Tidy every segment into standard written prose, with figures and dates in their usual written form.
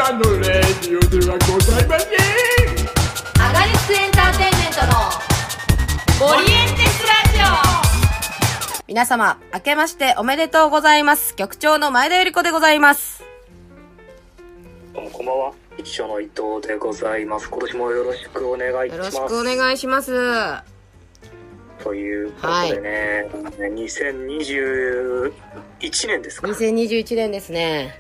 たのレディオではございません。 アガリスクエンターテインメントのオリエンテスラジオ。 皆様明けましておめでとうございます。局長の前田由里子でございます。 どうもこんばんは、一緒の伊藤でございます。今年もよろしくお願いします。 よろしくお願いします。 ということでね、2021年ですか。 2021年ですね。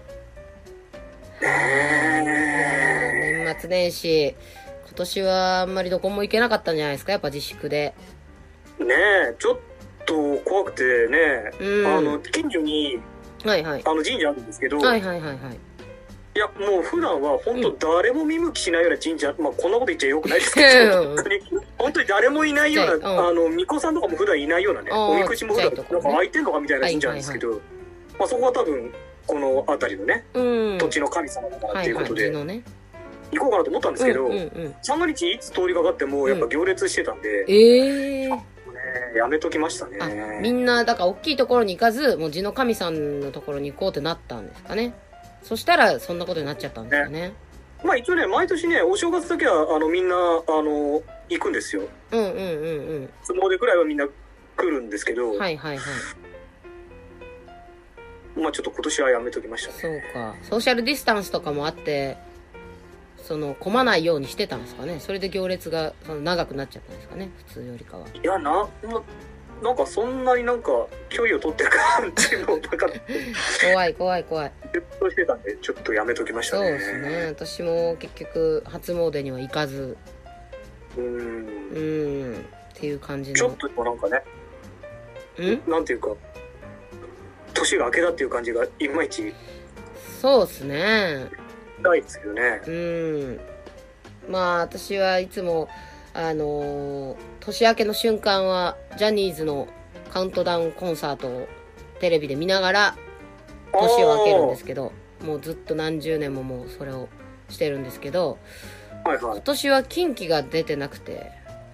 年末年始、今年はあんまりどこも行けなかったんじゃないですか、やっぱ自粛で。 ねえ、ちょっと怖くてね、近所に、 はいはい、 神社あるんですけど、 はいはいはいはい。 いや、もう普段は本当誰も見向きしないような神社、まあこんなこと言っちゃよくないですけど、本当に誰もいないような、巫女さんとかも普段いないようなね、おみくじも普段なんか開いてんのかみたいな神社なんですけど、まあそこは多分、この辺りのね、土地の神様だからっていうことで、行こうかなと思ったんですけど、三が日いつ通りかかってもやっぱ行列してたんで、やめときましたね。 みんな、だから大きいところに行かず、もう地の神さんのところに行こうってなったんですかね。そしたらそんなことになっちゃったんですよね。 まあ一応ね、毎年ね、お正月だけはみんな行くんですよ。初詣くらいはみんな来るんですけど、 はいはいはい。 まあちょっと今年はやめときましたね。 そうか。ソーシャルディスタンスとかもあって、混まないようにしてたんですかね。それで行列が長くなっちゃったんですかね、普通よりかは。 いや、なんかそんなになんか距離を取ってる感じのなんか怖い怖い怖い。 ずっとしてたんでちょっとやめときましたね。 そうですね。私も結局初詣には行かず、っていう感じの。 ちょっとなんかね、なんていうか年が明けたっていう感じがいまいち。 そうですね。 ないですけどね。 まあ私はいつも年明けの瞬間はジャニーズのカウントダウンコンサートをテレビで見ながら年を明けるんですけど、もうずっと何十年ももうそれをしてるんですけど、今年はキンキが出てなくて、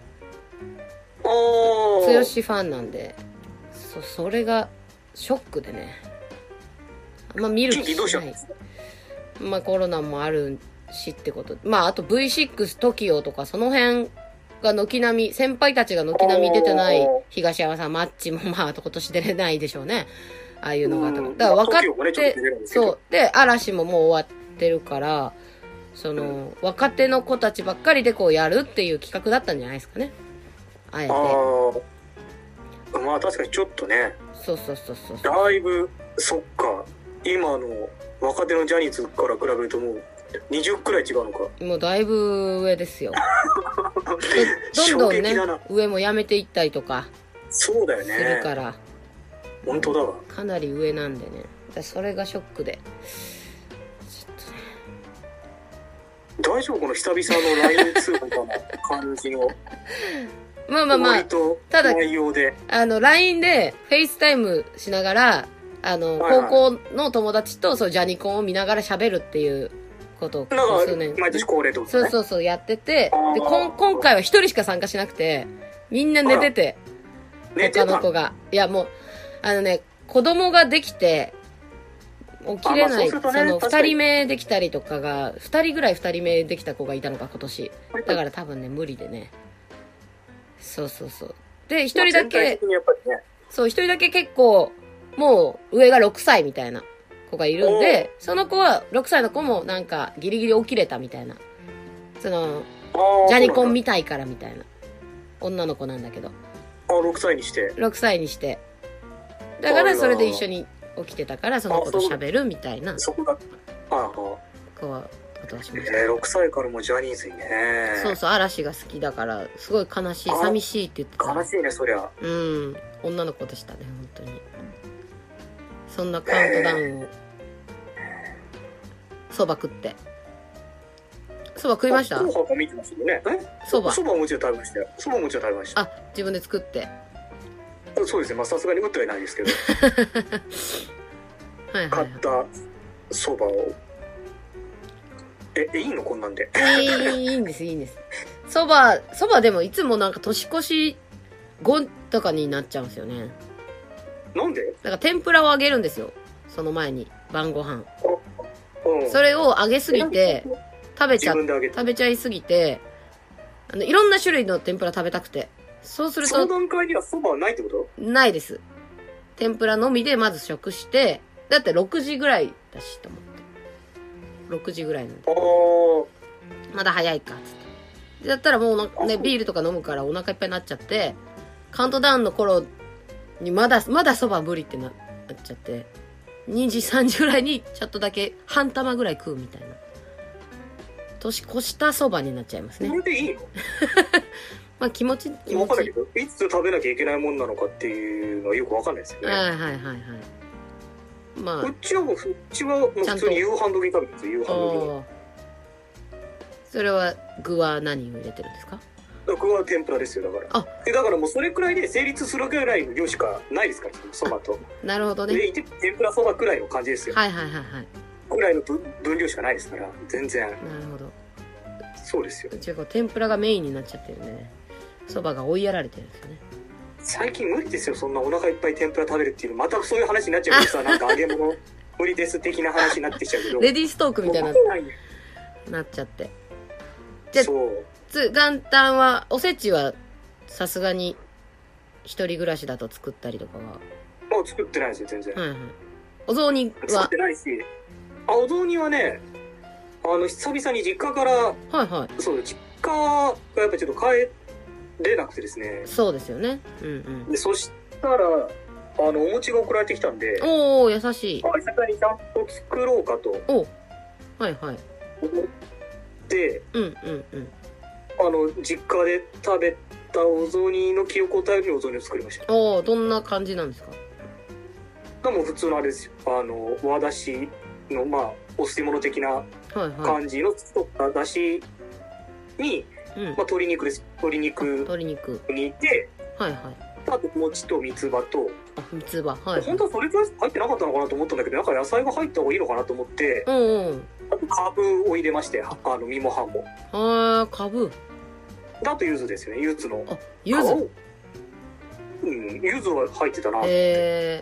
剛ファンなんで、それがショックでね、あんま見る気しない。まあコロナもあるしってこと。まああと V6 TOKIO とかその辺が軒並み、先輩たちが軒並み出てない、東山さん、マッチもまあ今年出れないでしょうね。ああいうのが。だから分かって、そう。で、嵐ももう終わってるから、若手の子たちばっかりでこうやるっていう企画だったんじゃないですかね。あえて。 まあ確かにちょっとね。 そう。 だいぶ、そっか。今の若手のジャニーズから比べるともう20くらい違うのか。もうだいぶ上ですよ。どんどんね、上もやめていったりとか。 そうだよね。 するから。 本当だわ。 かなり上なんでね。私それがショックで。ちょっとね。 大丈夫この久々の LINE 通話みたいな感じの。 まあ。ただ、LINE でフェイスタイムしながら、高校の友達とジャニコンを見ながら喋るっていうことを数年。毎年恒例ってことね。 そう、やってて、で、今回は一人しか参加しなくて、みんな寝てて、他の子が。いや、もう、子供ができて、起きれない、二人目できたりとかが、二人目できた子がいたのか、今年。だから多分ね、無理でね。そう。で、一人だけ、一人だけ結構、もう上が6歳みたいな子がいるんで、その子は、6歳の子もなんかギリギリ起きれたみたいな。ジャニコン見たいからみたいな。女の子なんだけど。 6歳にして。 6歳にして。だからそれで一緒に起きてたから、その子と喋るみたいな。 そこだ。 ことはしました。 6歳からもジャニーズにね。 そう、嵐が好きだから、すごい悲しい、寂しいって言ってた。 悲しいね、そりゃ。 女の子でしたね、本当に。そんなカウントダウンをそば食ってそば食いました？ 紅白見てますよね。そばももちろん食べましたよ。そばももちろん食べました。 あ、自分で作って。 そうですね。まあさすがに打ってはいないですけど買ったそばをいいのこんなんでいいんですそばでもいつもなんか年越し後とかになっちゃうんですよね。 なんで？ だから天ぷらをあげるんですよ、その前に晩ご飯。 それを揚げすぎて、食べちゃいすぎて、いろんな種類の天ぷら食べたくて。そうすると。 その段階には蕎麦はないってこと？ ないです。天ぷらのみでまず食して、だって6時ぐらいだしと思って。6時ぐらいなんで。まだ早いか、つって。だったらもうね、ビールとか飲むからお腹いっぱいになっちゃって、カウントダウンの頃にまだ蕎麦無理ってなっちゃって、2時、3時ぐらいにちょっとだけ半玉ぐらい食うみたいな。年越した蕎麦になっちゃいますね。 それでいいの？ まあ気持ち。 わかんないけど、いつ食べなきゃいけないもんなのかっていうのはよくわかんないですよね。 はいはいはいはい。まあ。 うちはもう普通に夕飯時に食べてるんですよ、夕飯時に。 それは具は何を入れてるんですか？ 具は天ぷらですよ、だから。だからもうそれくらいで成立するぐらいの量しかないですから、そばと。 なるほどね。 で、天ぷらそばくらいの感じですよ。 はいはいはいはい。 くらいの分量しかないですから、全然。なるほど。 そうですよ。 うちは天ぷらがメインになっちゃってるんでね。そばが追いやられてるんですよね。 最近無理ですよ、そんなお腹いっぱい天ぷら食べるっていうの。またそういう話になっちゃうけどさ、なんか揚げ物無理です的な話になってきちゃうけど。 レディーストークみたいななっちゃって。じゃあ、元旦は、おせちはさすがに一人暮らしだと作ったりとかは？ もう作ってないですよ、全然。 はいはい。お雑煮は？ 作ってないし。お雑煮はね、久々に実家から、 はいはい。 そう、実家がやっぱちょっと帰れなくてですね。 そうですよね。うんうん。 で、そしたら、お餅が送られてきたんで。 おー、優しい。 久々にちゃんと作ろうかと。 おはいはい。 思って、実家で食べたお雑煮の記憶を頼りにお雑煮を作りました。 おー、どんな感じなんですか？ でも普通のあれですよ。和だしの、まあ、お吸い物的な感じの作っただしに、まあ、鶏肉です。鶏肉煮て、はいはい。あと餅と三つ葉と、 三つ葉、はい。 本当はそれくらい入ってなかったのかなと思ったんだけど、なんか野菜が入った方がいいのかなと思って、あとカブを入れまして、身も葉も。 カブ。 あと柚子ですよね、柚子の。 柚子？ 柚子は入ってたなって。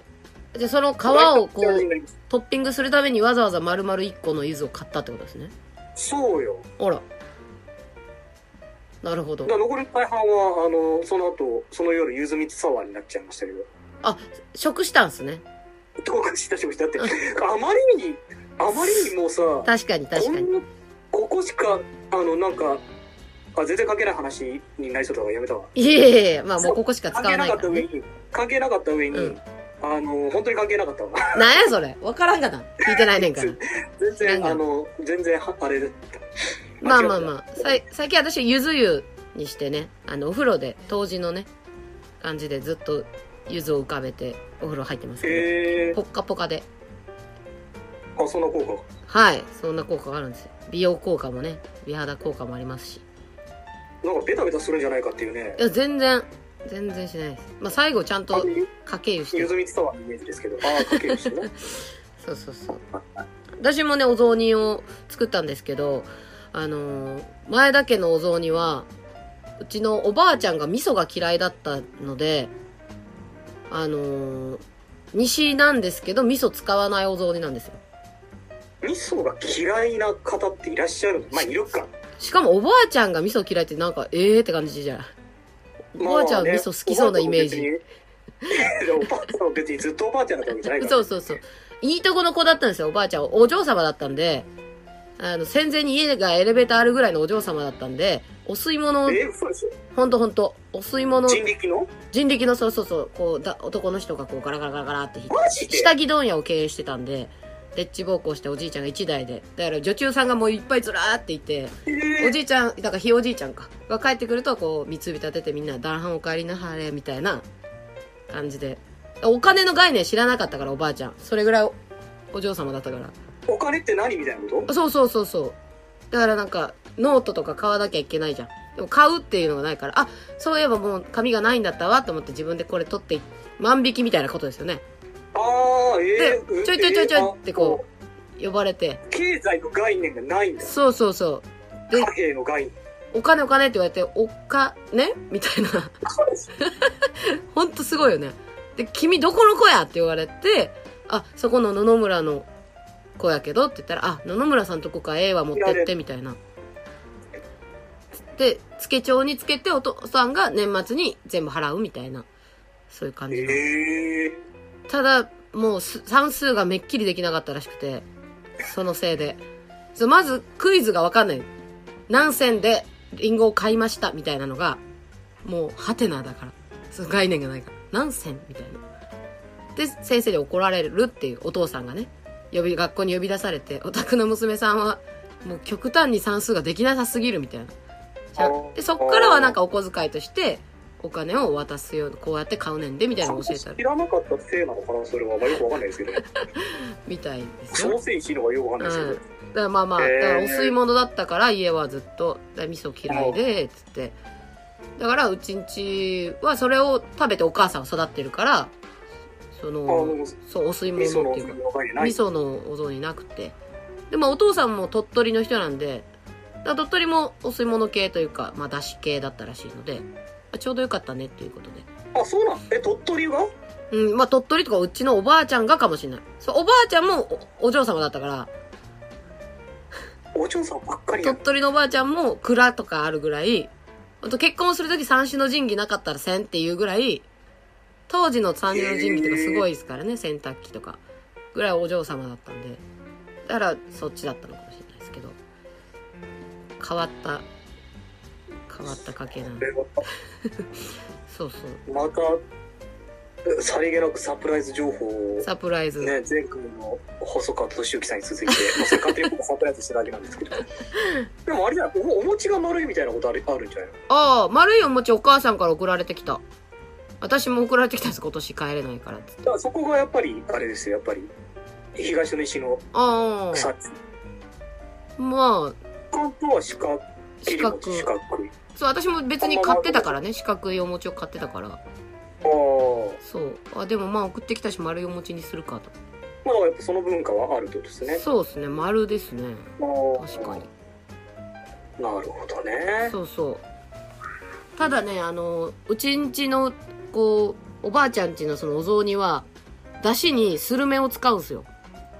じゃあその皮をこうトッピングするためにわざわざ丸々1個の柚子を買ったってことですね。 そうよ。 あら。なるほど。 残りの大半はその後その夜柚子蜜サワーになっちゃいましたけど。 食したんすね。 食しただってあまりにもさ。 確かに。 ここしかなんか全然関係ない話になりそうだからやめたわ。 いえまあもうここしか使わないから、ね。 関係なかった上に。本当に関係なかったわ。 なんやそれ。わからんかな。聞いてないねんから。 全然、あれだった。 まあ。最近私、柚子湯にしてね、お風呂で、当時のね、感じでずっと柚子を浮かべて、お風呂入ってますけど、ポッカポカで。 そんな効果？ はい、そんな効果があるんですよ。美容効果もね、美肌効果もありますし。 なんかベタベタするんじゃないかっていうね。 いや、全然しないです。まあ、最後ちゃんとかけ湯して。 柚子蜜サワーのイメージですけど。かけ湯してね。 そう。私もね、お雑煮を作ったんですけど、前田家のお雑煮は、うちのおばあちゃんが味噌が嫌いだったので、西なんですけど、味噌使わないお雑煮なんですよ。 味噌が嫌いな方っていらっしゃるの？まあ、いるか。 しかもおばあちゃんが味噌嫌いってなんか、って感じじゃん。おばあちゃんは味噌好きそうなイメージ。 おばあちゃんは別にずっとおばあちゃんだったわけじゃないから。 そう。いいとこの子だったんですよ、おばあちゃん。お嬢様だったんで、戦前に家がエレベーターあるぐらいのお嬢様だったんで、お吸い物を、ほんと、お吸い物を、人力の、そう、こう、男の人がこうガラガラって引いて、下着問屋を経営してたんで、レッチ暴行しておじいちゃんが一台で、だから女中さんがもういっぱいずらーっていて、おじいちゃん、だからひいおじいちゃんか、が帰ってくるとこう、三つ指立ててみんな、だんはんお帰りなはれ、みたいな感じで。お金の概念知らなかったから、おばあちゃん。それぐらいお嬢様だったから。 お金って何みたいなこと？ そう。だからなんか、ノートとか買わなきゃいけないじゃん。でも買うっていうのがないから、そういえばもう紙がないんだったわと思って自分でこれ取って万引きみたいなことですよね。でちょいってこう呼ばれて、 経済の概念がないんだよ。 そうで貨幣の概念、 お金って言われて、お金みたいなほんとすごいよね。で、君どこの子やって言われて、そこの野々村の子やけどって言ったら、あ、野々村さんとこかええわ持ってってみたいな。で、付け帳につけてお父さんが年末に全部払うみたいな。そういう感じの。ただ、もう算数がめっきりできなかったらしくて、そのせいで。まずクイズがわかんない。何銭でリンゴを買いましたみたいなのが、もうハテナだから。その概念がないから。何銭みたいな。で、先生に怒られるっていうお父さんがね、学校に呼び出されて、お宅の娘さんは、もう極端に算数ができなさすぎるみたいな。で、そっからはなんかお小遣いとして、お金を渡すようこうやって買うねんでみたいなのを教えたら。 知らなかったせいなのかな、それは。まあ、よくわかんないですけど。 みたいですよ。 そのせいしいのがよくわかんないですけど。 だからまあまあ、だからお吸い物だったから家はずっと、味噌嫌いで、つって。だからうちんちはそれを食べてお母さんが育ってるから、そう、お吸い物っていうか、味噌のお雑煮なくて。で、まあお父さんも鳥取の人なんで、鳥取もお吸い物系というか、まあだし系だったらしいので、ちょうどよかったねっていうことで。 あ、そうなん？鳥取が？ うん、まあ鳥取とかうちのおばあちゃんがかもしれない。そう、おばあちゃんも お嬢様だったから、 お嬢さんばっかりや。 鳥取のおばあちゃんも蔵とかあるぐらい、結婚するとき三種の神器なかったらせんっていうぐらい、当時の三種の神器とかすごいですからね、洗濯機とか。ぐらいお嬢様だったんで。だからそっちだったのかもしれないですけど。変わった家系なんで。そうそう。 また、さりげなくサプライズ情報を。 サプライズ。 ね、前回の細川俊之さんに続いて、それ勝手に僕サプライズしてるだけなんですけど。でもあれじゃない、お餅が丸いみたいなことあるんじゃないの？ ああ、丸いお餅お母さんから送られてきた。私も送られてきたんです、今年帰れないからって。 だからそこがやっぱり、あれですよ、やっぱり。東の石の草です。 まあ。 関東は四角。 そう、私も別に買ってたからね、四角いお餅を買ってたから。そう。でもまあ送ってきたし丸いお餅にするかと。 まあやっぱその文化はあるってことですね。 そうですね、丸ですね。確かに。 なるほどね。 そうそう。ただね、うちんちの、こう、おばあちゃんちのそのお雑煮は、だしにスルメを使うんですよ。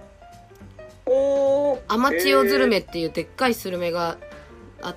アマチオズルメっていうでっかいスルメがあって、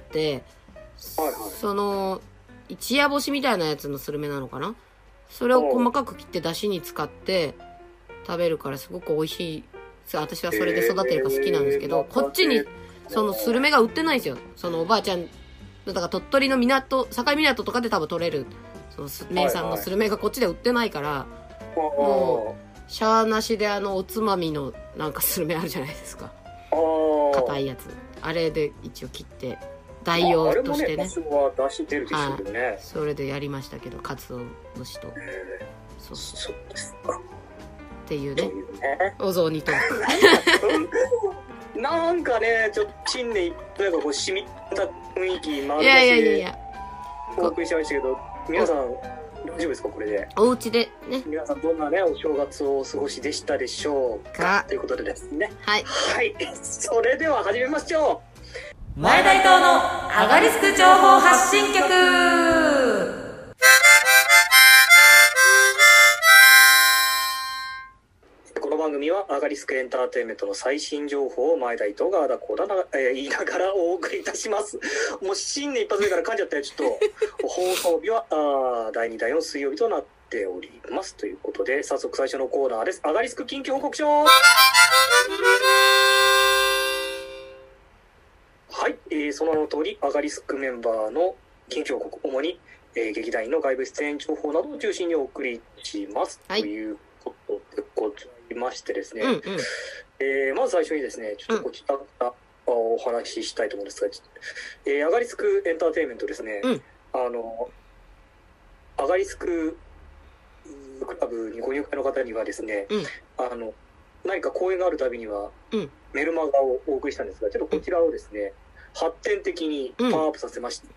その、一夜干しみたいなやつのスルメなのかな？それを細かく切ってだしに使って食べるからすごく美味しい。私はそれで育てるから好きなんですけど、こっちにそのスルメが売ってないんですよ。そのおばあちゃん、だから鳥取の境港とかで多分取れる、その名産のスルメがこっちで売ってないから、もう、シャーなしでおつまみのなんかスルメあるじゃないですか。硬いやつ。あれで一応切って、代用としてね。はい。それでやりましたけど、かつお節と。そうですか。っていうね。お雑煮と。 なんかね、ちょっと新年一歩がこう染みた雰囲気、 いや。 お送りしましたけど、皆さん、大丈夫ですかこれで。 お家でね。 皆さんどんなね、お正月をお過ごしでしたでしょうかということでですね。 はい。 はい。それでは始めましょう。 前田伊藤のアガリスク情報発信局。 この番組はアガリスクエンターテインメントの最新情報を前田伊藤がこうだ言いながらお送りいたします。もう新年一発目から噛んじゃったよ、ちょっと。放送日は第2第4水曜日となっておりますということで、早速最初のコーナーです。アガリスク近況報告書。はい、その名の通りアガリスクメンバーの近況報告、主に、劇団員の外部出演情報などを中心にお送りします、はい、ということでございましてですね、まず最初にですね、ちょっとこちらからお話ししたいと思うんですが、アガリスクエンターテインメントですね、アガリスククラブにご入会の方にはですね、何か講演があるたびには、メルマガをお送りしたんですが、ちょっとこちらをですね、発展的にパワーアップさせまして、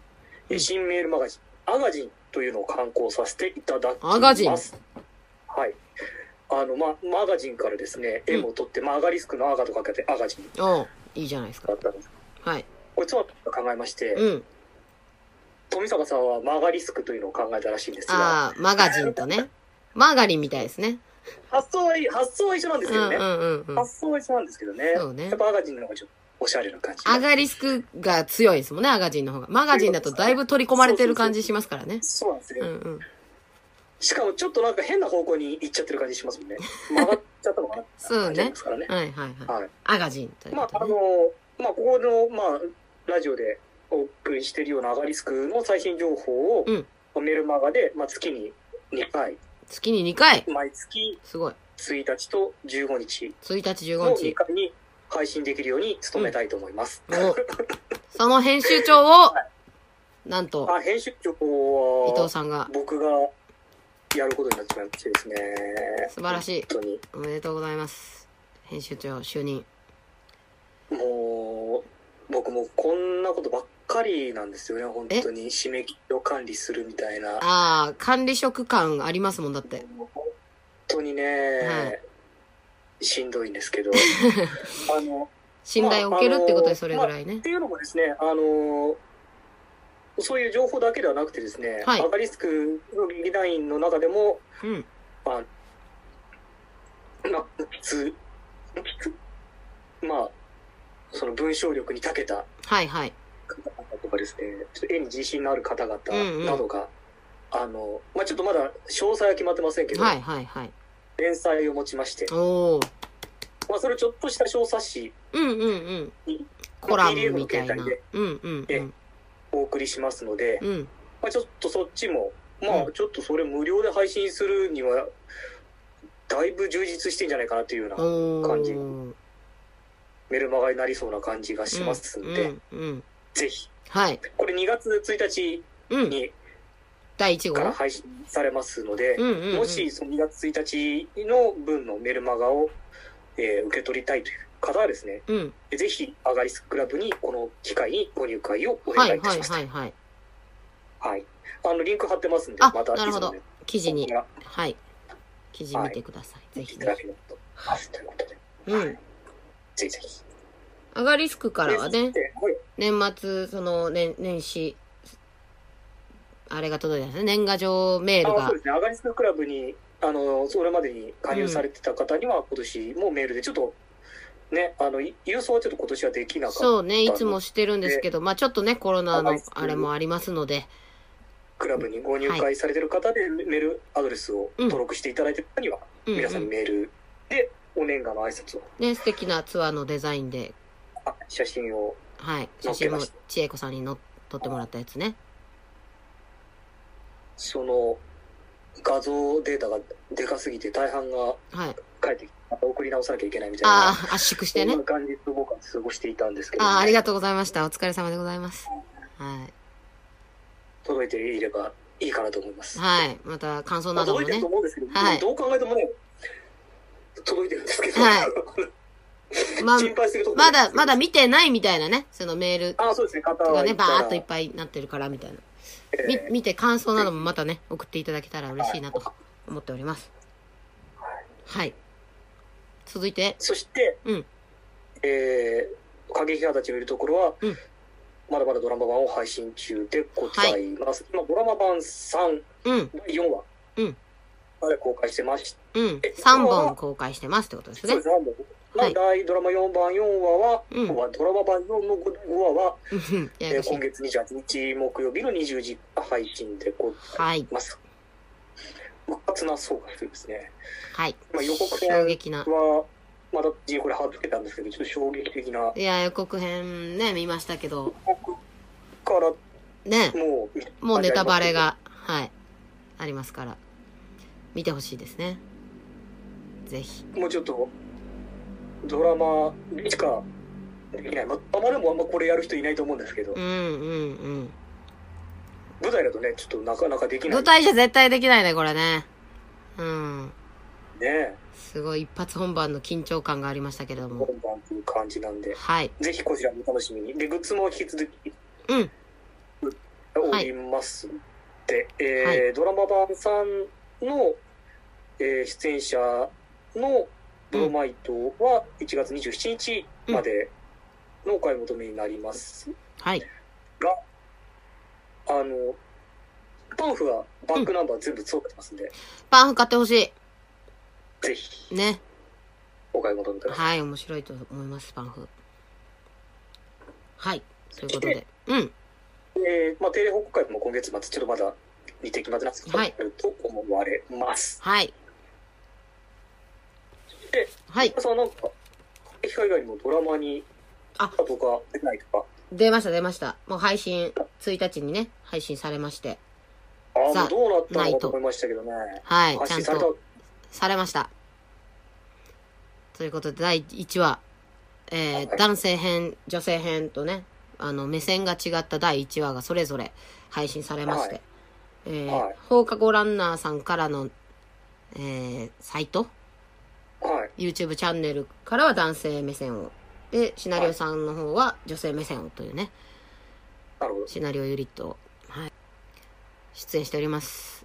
新メールマガジン、アガジンというのを刊行させていただきます。アガジン。はい。マガジンからですね、M を取って、アガリスクのアガとかけてアガジン。 いいじゃないですか。はい。 これ、妻と考えまして、富坂さんはマガリスクというのを考えたらしいんですが。 マガジンとね。マーガリンみたいですね。 発想は一緒なんですけどね。発想は一緒なんですけどね。 そうね。 やっぱアガジンの方がちょっとおしゃれな感じ。 アガリスクが強いですもんね、アガジンの方が。マガジンだとだいぶ取り込まれてる感じしますからね。 そうなんですよ。しかもちょっとなんか変な方向に行っちゃってる感じしますもんね。曲がっちゃったのかな。 そうね。はい。アガジンということで。 ここの、ラジオでお送りしているようなアガリスクの最新情報を、メルマガで、月に2回。 月に2回毎月、 すごい。 1日と15日。 1日、15日。 の2回に配信できるように努めたいと思います。 その編集長を、なんと。 編集長は、 伊藤さんが。 僕がやることになっちゃいましてですね。 素晴らしい。 本当に。 おめでとうございます。編集長就任。 もう、僕もこんなことばっかりなんですよね、本当に。締め切りを管理するみたいな。 管理職感ありますもんだって。 本当にね、しんどいんですけど。 信頼を受けるってことでそれぐらいね。 っていうのもですね、そういう情報だけではなくてですね、アガリスクの劇団員の中でも、その文章力に長けた方々とかですね、ちょっと絵に自信のある方々などが、ちょっとまだ詳細は決まってませんけど、連載を持ちまして、それちょっとした小冊子に、 コラムみたいなお送りしますので、ちょっとそっちも、ちょっとそれ無料で配信するには、だいぶ充実してんじゃないかなというような感じ。メルマガになりそうな感じがしますんで、ぜひ。これ2月1日に、 第1号から配信されますので、もしその2月1日の分のメルマガを、受け取りたいという方はですね、ぜひアガリスククラブにこの機会にご入会をお願いいたします。リンク貼ってますんで、またなるほど。記事に。記事見てください。ぜひ。 ということで。ぜひぜひ。 アガリスクからはね、年末、年始、あれが届いたんですね。年賀状メールが。 そうですね。アガリスククラブに、それまでに加入されてた方には、今年もメールでちょっと、ね、郵送はちょっと今年はできなかった。 そうね、いつもしてるんですけど、ちょっとね、コロナのあれもありますので。 クラブにご入会されてる方で、メールアドレスを登録していただいてる方には、皆さんにメールで、お年賀の挨拶を。 ね、素敵なツアーのデザインで。 写真を。 写真も千恵子さんに撮ってもらったやつね。 その、画像データがでかすぎて大半が帰ってきて、また送り直さなきゃいけないみたいな。 圧縮してね。 そんな感じで僕は過ごしていたんですけど、 ありがとうございました。お疲れ様でございます。 届いていればいいかなと思います。 また感想などもね。 届いてると思うんですけど、どう考えてもね、届いてるんですけど。心配するところまだ見てないみたいなね、そのメールそうですね、方がね、バーっといっぱいなってるからみたいな。見て感想などもまたね、送っていただけたら嬉しいなと思っております。続いて。 そして、過激派たちのいるところは、まだまだドラマ版を配信中でございます。今、ドラマ版3、第4話。あれ公開してまして。 3本公開してますってことですね。 そうです、3本。ドラマ4番4話は、ドラマ版4の5話は、今月28日木曜日の20時配信でございます。うかつな総括ですね。予告編は、まだこれ貼っつけたんですけど、ちょっと衝撃的な。 いや、予告編ね、見ましたけど。 予告からね、もうネタバレが、ありますから、見てほしいですね。ぜひ。 もうちょっと、ドラマでしかできない。あまりもあんまこれやる人いないと思うんですけど。舞台だとね、ちょっとなかなかできない。 舞台じゃ絶対できないね、これね。 ねすごい一発本番の緊張感がありましたけれども。 本番という感じなんで。ぜひこちらも楽しみに。で、グッズも引き続き。おりますで、ドラマ版3の、出演者のドロマイトは1月27日までのお買い求めになります。が、パンフはバックナンバー全部揃ってますんで。 パンフ買ってほしい。 ぜひ。 ね。 お買い求めください。 はい、面白いと思います、パンフ。はい。ということで。うん。 まあ、定例報告会も今月末、ちょっとまだ日程決まってないんですけど、 はい。 と思われます。 はい。 で、 はい。 さんなんか、機械以外にもドラマに、とか出ないとか。 出ました。もう配信、1日にね、配信されまして。 もうどうなったのかと思いましたけどね。 はい、ちゃんとされました。ということで、第1話、男性編、女性編とね、目線が違った第1話がそれぞれ配信されまして、放課後ランナーさんからの、サイト、YouTube チャンネルからは男性目線を、で、シナリオさんの方は女性目線をというね、シナリオユニットを、出演しております。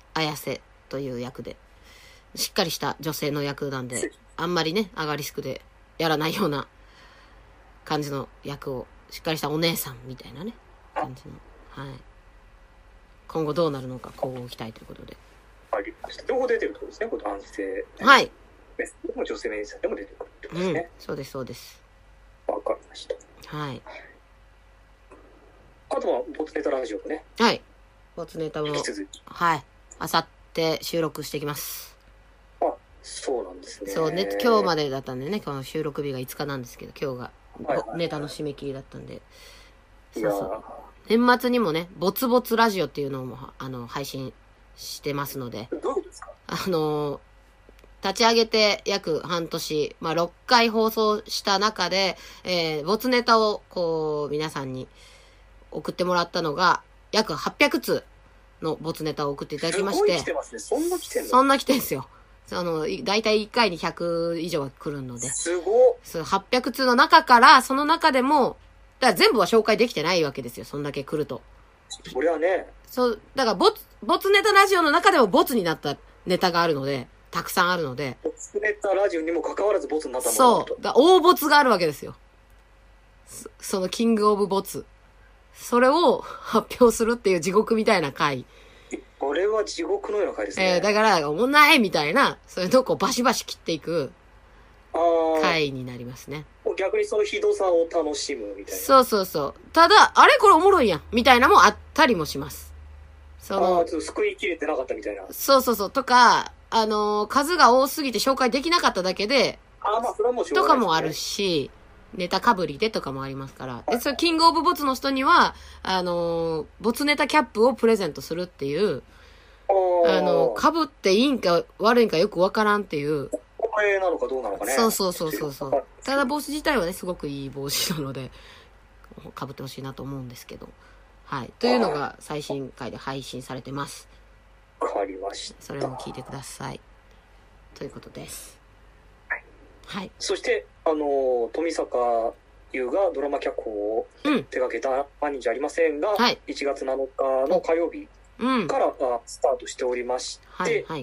綾瀬という役で、しっかりした女性の役なんで、あんまりね、アガリスクでやらないような感じの役を、しっかりしたお姉さんみたいなね、感じの。はい。今後どうなるのか、今後期待ということで。 ありました。両方出てるってことですね、これ男性。 はい。 でも女性メインさんでも出てくるってことですね。 そうです、そうです。 わかりました。 はい。 あとは、ボツネタラジオもね。 はい。ボツネタも、はい。あさって収録してきます。 あ、そうなんですね。 そうね、今日までだったんでね、今日収録日が5日なんですけど、今日がネタの締め切りだったんで。そうそう。年末にもね、ボツボツラジオっていうのも、配信してますので。 どういうことですか？ 立ち上げて約半年、まあ、6回放送した中で、ボツネタを、こう、皆さんに送ってもらったのが、約800通のボツネタを送っていただきまして。 すごい来てますね。そんな来てんの？ そんな来てんすよ。だいたい1回に100以上は来るので。 すごっ。 800通の中から、その中でも、だから全部は紹介できてないわけですよ。そんだけ来ると。 そりゃね。 そう、だからボツネタラジオの中でもボツになったネタがあるので、たくさんあるので。 ボツネタラジオにも関わらずボツになったものそう。大ボツがあるわけですよ。そのキングオブボツ。それを発表するっていう地獄みたいな回。 これは地獄のような回ですね。 だから、おもんないみたいな、そういうとこをバシバシ切っていく回になりますね。 逆にそのひどさを楽しむみたいな。 そうそうそう。ただ、あれこれおもろいやんみたいなもあったりもします。 ちょっと救いきれてなかったみたいな。 そうそうそう。とか、数が多すぎて紹介できなかっただけで、 まあ、それはもうしょうがないですね。 とかもあるし、ネタかぶりでとかもありますから。で、それキングオブボツの人には、ボツネタキャップをプレゼントするっていう、かぶっていいんか悪いんかよくわからんっていう。 これなのかどうなのかね。 そうそうそうそうそう。ただ帽子自体はね、すごくいい帽子なので、かぶってほしいなと思うんですけど。はい。というのが最新回で配信されてます。 わかりました。 それも聞いてください。ということです。 はい。 はい。 そして、富坂優がドラマ脚本を手掛けた毎日ありませんが、 はい、 1月7日の火曜日からスタートしておりまして、 はいはい、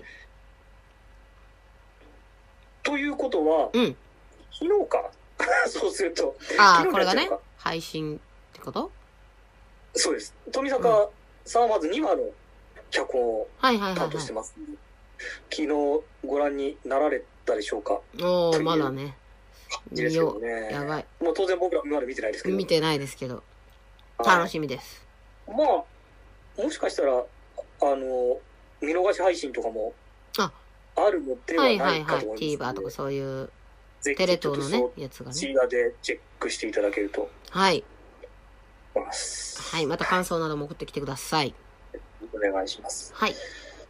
ということは、昨日か。そうすると。 これがね、配信ってこと？ そうです。富坂さんはまず2話の脚本を担当してますので、昨日ご覧になられたでしょうか？ まだね。 ですけどね。 やばい。 もう当然僕らまだ見てないですけど。 見てないですけど。楽しみです。 まあ、もしかしたら、見逃し配信とかもあるのではないかと思います、ね。 TVer とかそういうテレ東のね、やつがね。 そちらでチェックしていただけると。 はい。 はい。 また感想なども送ってきてください。 お願いします。 はい。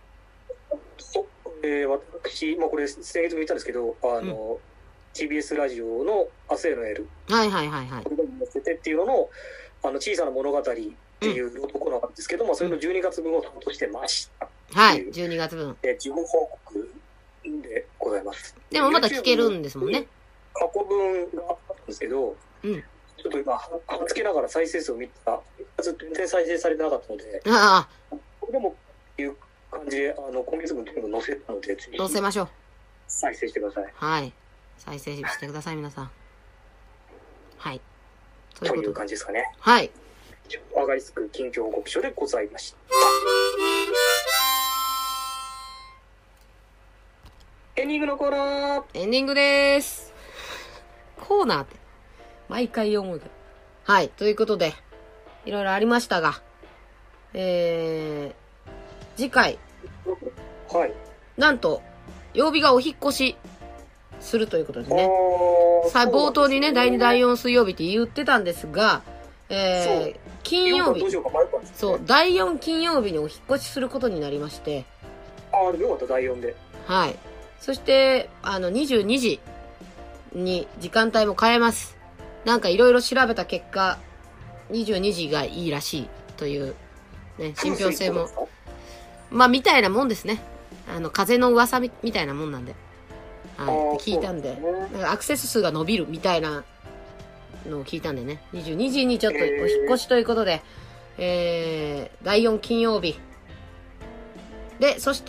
私、まあこれ先月も言ったんですけど、TBS ラジオの明日へのエール。 はいはいはいはい。 これに載せてっていうのの、小さな物語っていうところなんですけど、まあそれの12月分を担当してました。 はい、12月分。 事後報告でございます。 でもまだ聞けるんですもんね。 過去分があったんですけど、ちょっと今、はつけながら再生数を見たら、ずっと全然再生されてなかったので、これでもいう感じで、今月分全部載せたので、 載せましょう。 再生してください。 はい。再生してください、皆さん。はい。 という感じですかね。 はい。 アガリスク近況報告書でございました。エンンディングのコーナー。 エンディングでーす。コーナーって、毎回思うけど。はい、ということで、いろいろありましたが、次回、 はい。 なんと、曜日がお引っ越しするということでね。さあ、冒頭にね、第2、第4水曜日って言ってたんですが、金曜日、そう、第4金曜日にお引っ越しすることになりまして。 ああ、でもよかった、第4で。 はい。そして、22時に時間帯も変えます。なんかいろいろ調べた結果、22時がいいらしいという、ね、信憑性も。まあ、みたいなもんですね。風の噂みたいなもんなんで。はい。聞いたんで。なんかアクセス数が伸びるみたいなのを聞いたんでね。22時にちょっとお引っ越しということで、第4金曜日。で、そして、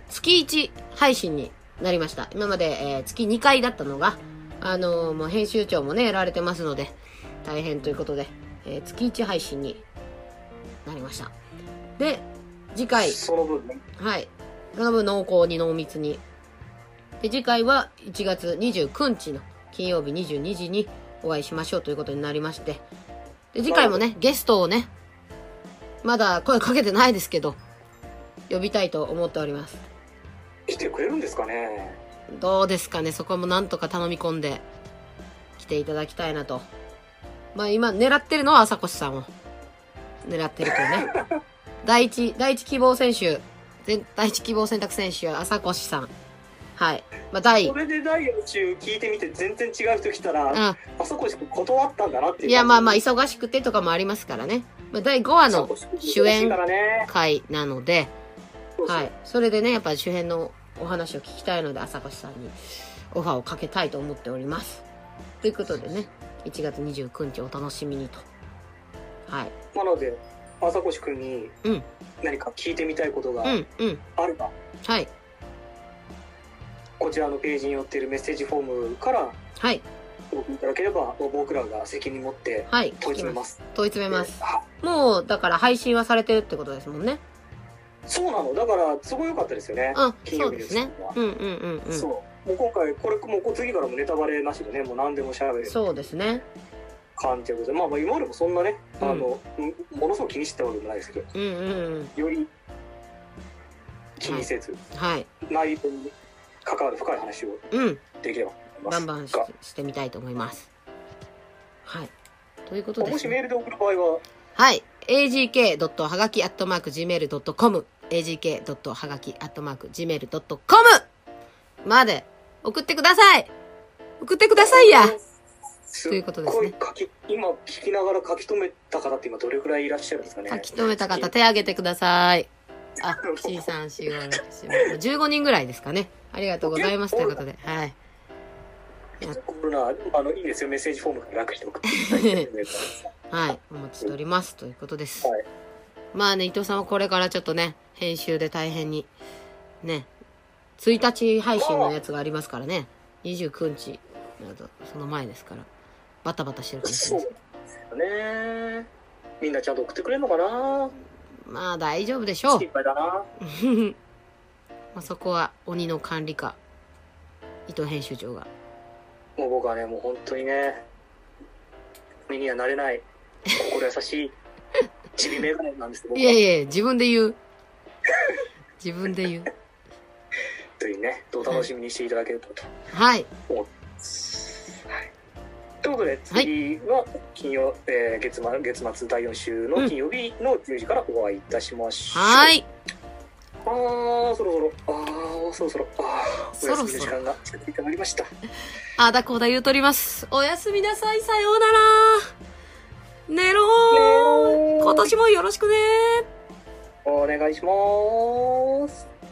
月1配信になりました。今まで、月2回だったのが、もう編集長もね、やられてますので、大変ということで、月1配信になりました。で、次回。 その分ね。 はい。その分濃厚に濃密に。で、次回は1月29日の金曜日22時にお会いしましょうということになりまして。で、次回もね、ゲストをね、まだ声かけてないですけど、呼びたいと思っております。 来てくれるんですかね。 どうですかね、そこもなんとか頼み込んで来ていただきたいなと。まあ今狙ってるのは朝越さんを狙ってるけどね。第一希望選手、第一希望選択選手は朝越さん。はい。まあそれで第4週聞いてみて全然違う人来たら、朝越君断ったんだなっていう。 いやまあまあ忙しくてとかもありますからね。まあ、第5話の主演回なので、はい。それでね、やっぱ主演のお話を聞きたいので、朝越さんにオファーをかけたいと思っております。ということでね、1月29日お楽しみにと。はい。 なので、朝越くんに何か聞いてみたいことがあるか、 はい。 こちらのページに載っているメッセージフォームから、 はい。 お送りいただければ、僕らが責任持って問い詰めます。 問い詰めます。もう、だから配信はされてるってことですもんね。 そうなの。だから、すごい良かったですよね。金曜日ですね。 そう。 もう今回、これ、もう次からもネタバレなしでね、もう何でも喋る。 そうですね。 感じということで、まあ今までもそんなね、ものすごく気にしてたわけじゃないですけど、より気にせず、 はい。 内容に関わる深い話をできればバンバンしてみたいと思います。はい。ということで、 もしメールで送る場合は、 はい。agk.hagaki@gmail.com agk.hagaki@gmail.com まで送ってください。送ってくださいや。ということですね。 今聞きながら書き留めた方って今どれくらいいらっしゃるんですかね。 書き留めた方手挙げてください。あ、C3、4、5、6、15人ぐらいですかね。ありがとうございますということで。はい。 いいですよ、メッセージフォームから楽しておく。 はい、お待ちしておりますということです。はい、まあね、伊藤さんはこれからちょっとね、編集で大変に、ね、1日配信のやつがありますからね、29日など、その前ですから、バタバタしてるかもしれないです。 そうですよね。みんなちゃんと送ってくれるのかな。 まあ大丈夫でしょう。 心配だな。 まあそこは鬼の管理下、伊藤編集長が。 もう僕はね、もう本当にね、目にはなれない、心優しい、ちびメガネなんですけど。 いやいや、自分で言う。自分で言う。 というね、お楽しみにしていただけると。 はい。 思ってます。はい。ということで、次は金曜、月末第4週の金曜日の10時からお会いいたしましょう。 はい。 そろそろ、お休みの時間が近づいてまいりました。 あだこうだ言うとります。おやすみなさい、さようなら。寝ろー。今年もよろしくねー。 お願いします。